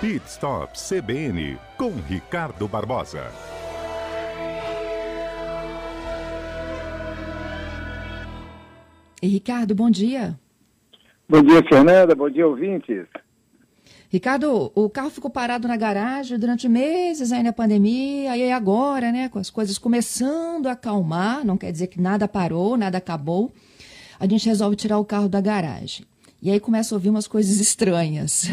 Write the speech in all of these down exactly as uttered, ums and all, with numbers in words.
Pit Stop C B N, com Ricardo Barbosa. E Ricardo, bom dia. Bom dia, Fernanda. Bom dia, ouvintes. Ricardo, o carro ficou parado na garagem durante meses aí na pandemia, e agora, né, com as coisas começando a acalmar, não quer dizer que nada parou, nada acabou, a gente resolve tirar o carro da garagem. E aí começa a ouvir umas coisas estranhas.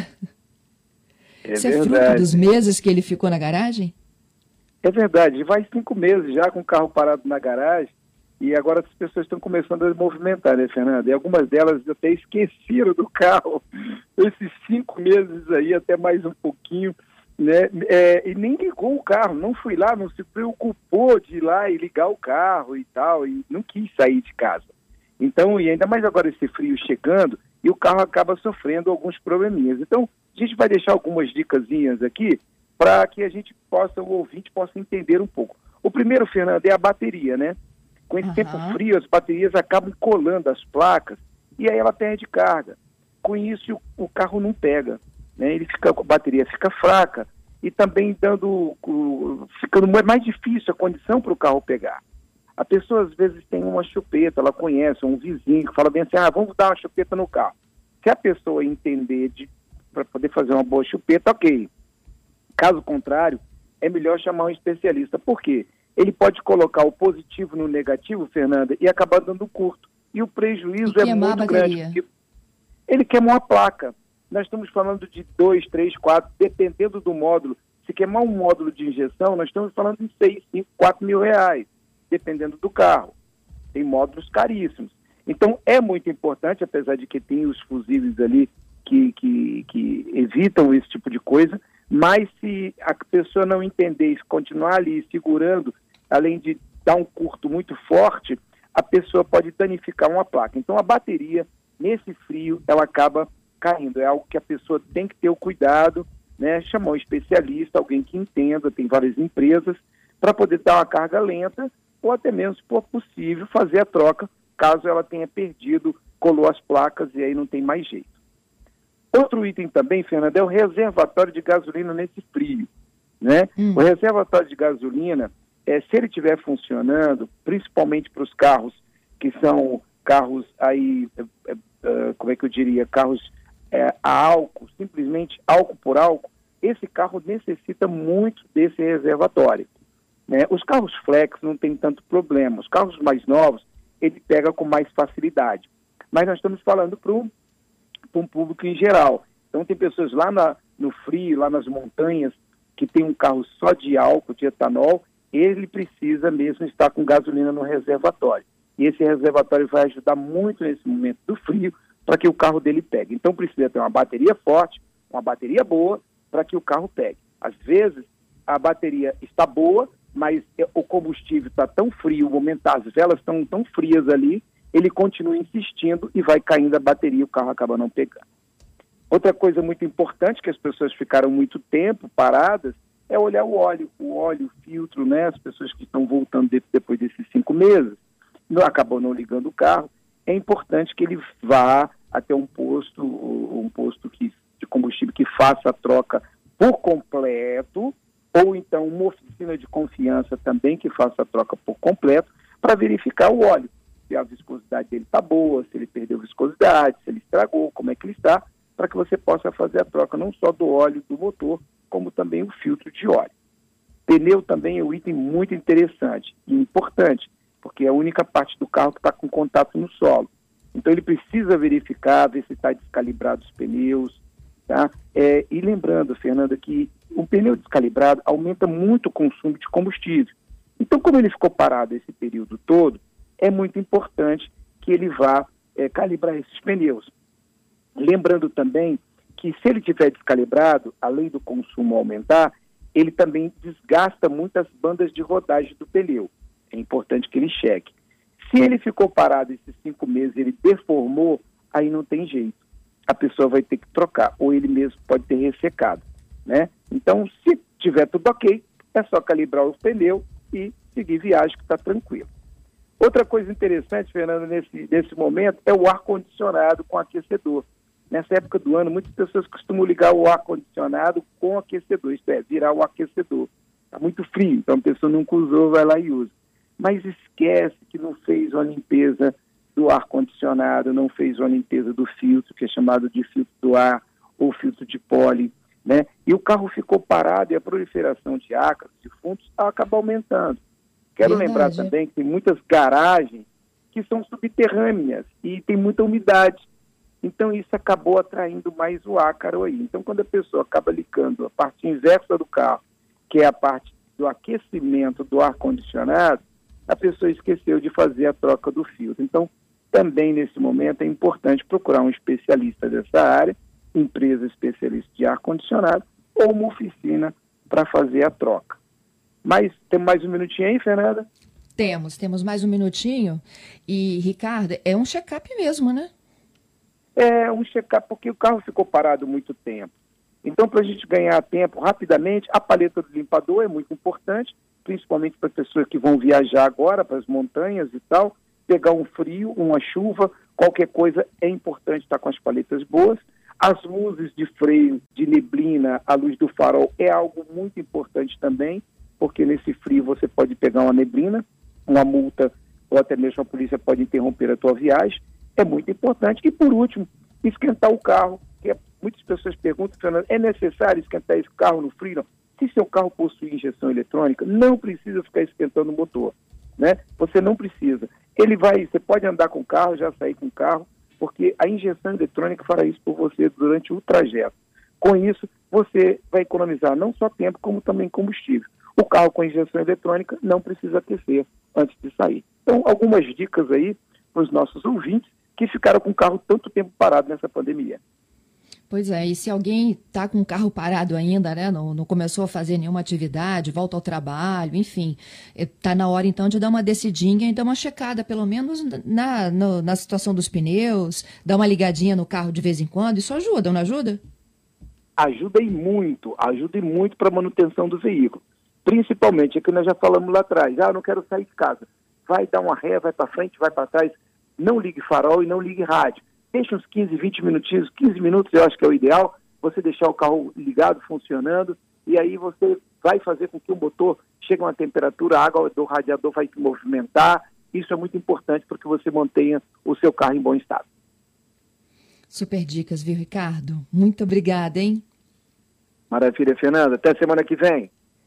É Isso verdade. é fruto dos meses que ele ficou na garagem? É verdade. Vai cinco meses já com o carro parado na garagem e agora as pessoas estão começando a movimentar, né, Fernanda? E algumas delas até esqueceram do carro. Esses cinco meses aí, até mais um pouquinho, né? É, e nem ligou o carro, não fui lá, não se preocupou de ir lá e ligar o carro e tal, e não quis sair de casa. Então, e ainda mais agora esse frio chegando, e o carro acaba sofrendo alguns probleminhas. Então, a gente vai deixar algumas dicasinhas aqui para que a gente possa, o ouvinte possa entender um pouco. O primeiro, Fernando, é a bateria, né? Com esse uhum. tempo frio, as baterias acabam colando as placas e aí ela perde carga. Com isso, o, o carro não pega, né? Ele fica, a bateria fica fraca e também dando, ficando mais difícil a condição para o carro pegar. A pessoa, às vezes, tem uma chupeta, ela conhece um vizinho que fala bem assim, ah, vamos dar uma chupeta no carro. Se a pessoa entender para poder fazer uma boa chupeta, ok. Caso contrário, é melhor chamar um especialista. Por quê? Ele pode colocar o positivo no negativo, Fernanda, e acabar dando curto. E o prejuízo e é muito grande. Ele queima uma placa. Nós estamos falando de dois, três, quatro, dependendo do módulo. Se queimar um módulo de injeção, nós estamos falando de seis, cinco, quatro mil reais, dependendo do carro. Tem módulos caríssimos. Então, é muito importante, apesar de que tem os fusíveis ali que, que, que evitam esse tipo de coisa, mas se a pessoa não entender e continuar ali segurando, além de dar um curto muito forte, a pessoa pode danificar uma placa. Então, a bateria, nesse frio, ela acaba caindo. É algo que a pessoa tem que ter o cuidado, né? Chamar um especialista, alguém que entenda, tem várias empresas, para poder dar uma carga lenta, ou até mesmo, se for possível, fazer a troca, caso ela tenha perdido, colou as placas e aí não tem mais jeito. Outro item também, Fernanda, é o reservatório de gasolina nesse frio, né? Hum. O reservatório de gasolina, é, se ele estiver funcionando, principalmente para os carros que são carros aí, é, é, como é que eu diria, carros é, a álcool, simplesmente álcool por álcool, esse carro necessita muito desse reservatório. Né? Os carros flex não tem tanto problema, os carros mais novos, ele pega com mais facilidade. Mas nós estamos falando para um, um público em geral. Então tem pessoas lá na, no frio, lá nas montanhas, que tem um carro só de álcool, de etanol, ele precisa mesmo estar com gasolina no reservatório. E esse reservatório vai ajudar muito nesse momento do frio para que o carro dele pegue. Então precisa ter uma bateria forte, uma bateria boa, para que o carro pegue. Às vezes a bateria está boa, mas o combustível está tão frio, o momento as velas estão tão frias ali, ele continua insistindo e vai caindo a bateria e o carro acaba não pegando. Outra coisa muito importante, que as pessoas ficaram muito tempo paradas, é olhar o óleo, o óleo, o filtro, né? As pessoas que estão voltando de, depois desses cinco meses, não acabou não ligando o carro, é importante que ele vá até um posto, um posto que, de combustível que faça a troca por completo, ou então uma oficina de confiança também que faça a troca por completo, para verificar o óleo, se a viscosidade dele está boa, se ele perdeu viscosidade, se ele estragou, como é que ele está, para que você possa fazer a troca não só do óleo do motor, como também o filtro de óleo. Pneu também é um item muito interessante e importante, porque é a única parte do carro que está com contato no solo. Então ele precisa verificar, ver se está descalibrado os pneus, tá? É, e lembrando, Fernanda, que um pneu descalibrado aumenta muito o consumo de combustível. Então, como ele ficou parado esse período todo, é muito importante que ele vá é, calibrar esses pneus. Lembrando também que se ele estiver descalibrado, além do consumo aumentar, ele também desgasta muitas bandas de rodagem do pneu. É importante que ele cheque. Se ele ficou parado esses cinco meses, ele deformou, aí não tem jeito. A pessoa vai ter que trocar, ou ele mesmo pode ter ressecado, né? Então, se tiver tudo ok, é só calibrar o pneu e seguir viagem que está tranquilo. Outra coisa interessante, Fernando, nesse, nesse momento, é o ar-condicionado com aquecedor. Nessa época do ano, muitas pessoas costumam ligar o ar-condicionado com aquecedor, isto é, virar o aquecedor. Está muito frio, então a pessoa nunca usou, vai lá e usa. Mas esquece que não fez uma limpeza do ar-condicionado, não fez uma limpeza do filtro, que é chamado de filtro do ar ou filtro de pólen, né? E o carro ficou parado e a proliferação de ácaros, de fungos, acaba aumentando. Quero Verdade. lembrar também que tem muitas garagens que são subterrâneas e tem muita umidade. Então isso acabou atraindo mais o ácaro aí. Então quando a pessoa acaba ligando a parte inversa do carro, que é a parte do aquecimento do ar-condicionado, a pessoa esqueceu de fazer a troca do filtro. Então, também nesse momento é importante procurar um especialista dessa área, empresa especialista de ar-condicionado ou uma oficina para fazer a troca. Mas tem mais um minutinho aí, Fernanda? Temos, temos mais um minutinho. E, Ricardo, é um check-up mesmo, né? É um check-up porque o carro ficou parado muito tempo. Então, para a gente ganhar tempo rapidamente, a paleta do limpador é muito importante, principalmente para pessoas que vão viajar agora para as montanhas e tal, pegar um frio, uma chuva, qualquer coisa é importante estar com as paletas boas. As luzes de freio, de neblina, a luz do farol é algo muito importante também, porque nesse frio você pode pegar uma neblina, uma multa, ou até mesmo a polícia pode interromper a tua viagem, é muito importante. E por último, esquentar o carro, que é, muitas pessoas perguntam, Fernando, é necessário esquentar esse carro no frio? Não. Se seu carro possui injeção eletrônica, não precisa ficar esquentando o motor, né? Você não precisa. Ele vai, você pode andar com o carro, já sair com o carro, porque a injeção eletrônica fará isso por você durante o trajeto. Com isso, você vai economizar não só tempo, como também combustível. O carro com injeção eletrônica não precisa aquecer antes de sair. Então, algumas dicas aí para os nossos ouvintes que ficaram com o carro tanto tempo parado nessa pandemia. Pois é, e se alguém está com o carro parado ainda, né, não, não começou a fazer nenhuma atividade, volta ao trabalho, enfim, está na hora então de dar uma descidinha e dar uma checada, pelo menos na, na, na situação dos pneus, dar uma ligadinha no carro de vez em quando, isso ajuda, não ajuda? Ajuda e muito, ajuda e muito para a manutenção do veículo. Principalmente, é que nós já falamos lá atrás, ah, eu não quero sair de casa. Vai dar uma ré, vai para frente, vai para trás, não ligue farol e não ligue rádio. Deixa uns quinze, vinte minutinhos, quinze minutos eu acho que é o ideal, você deixar o carro ligado, funcionando, e aí você vai fazer com que o motor chegue a uma temperatura, a água do radiador vai se movimentar, isso é muito importante para que você mantenha o seu carro em bom estado. Super dicas, viu, Ricardo? Muito obrigada, hein? Maravilha, Fernanda. Até semana que vem.